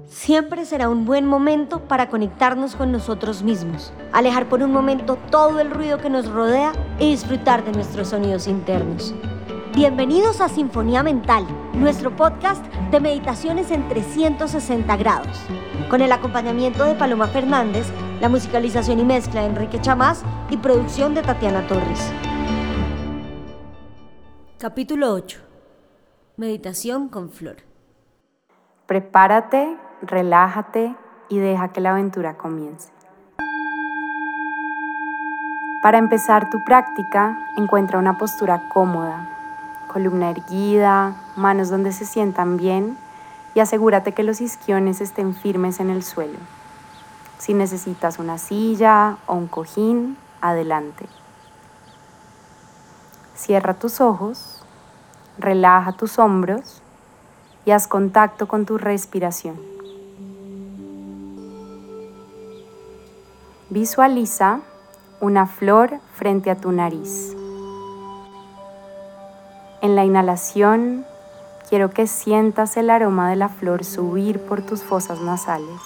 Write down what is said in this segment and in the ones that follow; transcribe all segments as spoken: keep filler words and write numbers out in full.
Siempre será un buen momento para conectarnos con nosotros mismos, alejar por un momento todo el ruido que nos rodea y disfrutar de nuestros sonidos internos. Bienvenidos a Sinfonía Mental, nuestro podcast de meditaciones en trescientos sesenta grados, con el acompañamiento de Paloma Fernández, la musicalización y mezcla de Enrique Chamás y producción de Tatiana Torres. Capítulo ocho. Meditación con Flor. Prepárate, relájate y deja que la aventura comience. Para empezar tu práctica, encuentra una postura cómoda, columna erguida, manos donde se sientan bien y asegúrate que los isquiones estén firmes en el suelo. Si necesitas una silla o un cojín, adelante. Cierra tus ojos, relaja tus hombros y haz contacto con tu respiración. Visualiza una flor frente a tu nariz. En la inhalación, quiero que sientas el aroma de la flor subir por tus fosas nasales.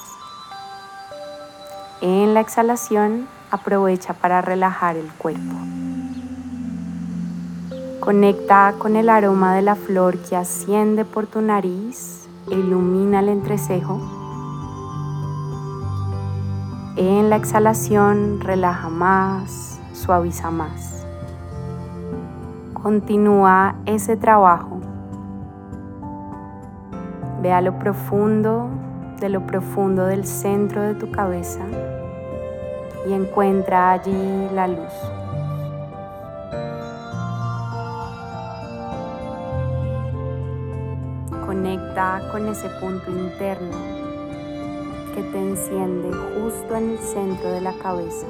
En la exhalación, aprovecha para relajar el cuerpo. Conecta con el aroma de la flor que asciende por tu nariz e ilumina el entrecejo. En la exhalación, relaja más, suaviza más. Continúa ese trabajo. Ve a lo profundo, de lo profundo del centro de tu cabeza y encuentra allí la luz. Conecta con ese punto interno que te enciende justo en el centro de la cabeza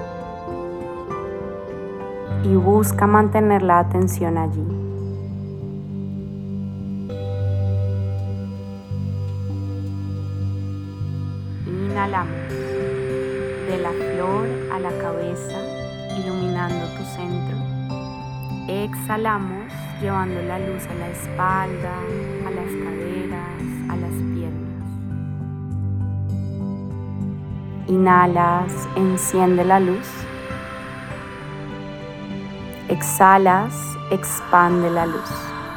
y busca mantener la atención allí. Inhalamos de la flor a la cabeza, iluminando tu centro. Exhalamos llevando la luz a la espalda, a las caderas, a las piernas. Inhalas, enciende la luz. Exhalas, expande la luz.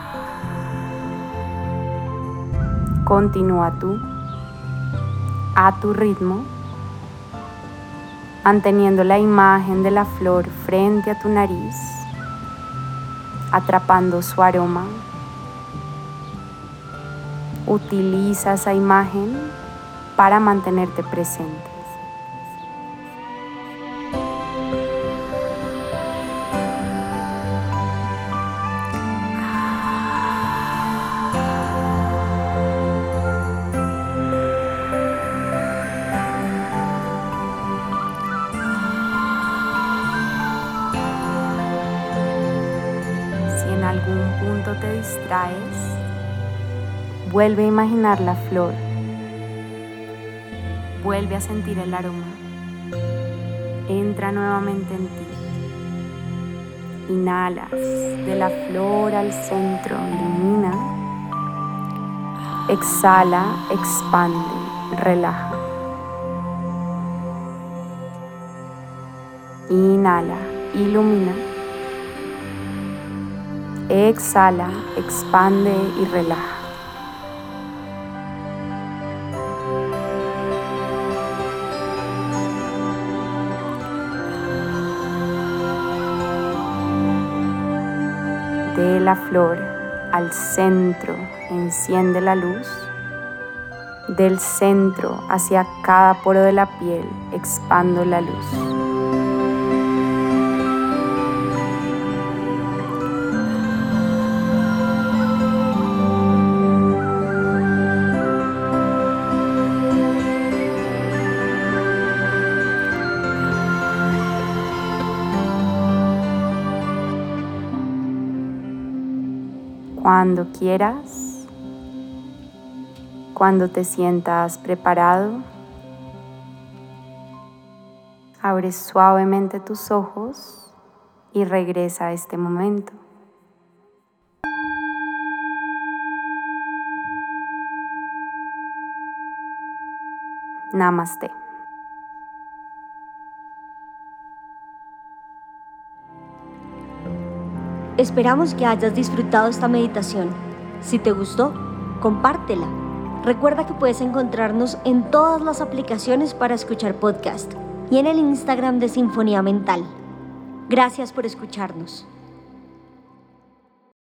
Continúa tú, a tu ritmo, manteniendo la imagen de la flor frente a tu nariz, atrapando su aroma. Utiliza esa imagen para mantenerte presente. Si en algún punto te distraes, vuelve a imaginar la flor. Vuelve a sentir el aroma. Entra nuevamente en ti. Inhalas de la flor al centro, ilumina. Exhala, expande, relaja. Inhala, ilumina. Exhala, expande y relaja. De la flor al centro, enciende la luz. Del centro hacia cada poro de la piel, expando la luz. Cuando quieras, cuando te sientas preparado, abre suavemente tus ojos y regresa a este momento. Namaste. Esperamos que hayas disfrutado esta meditación. Si te gustó, compártela. Recuerda que puedes encontrarnos en todas las aplicaciones para escuchar podcast y en el Instagram de Sinfonía Mental. Gracias por escucharnos.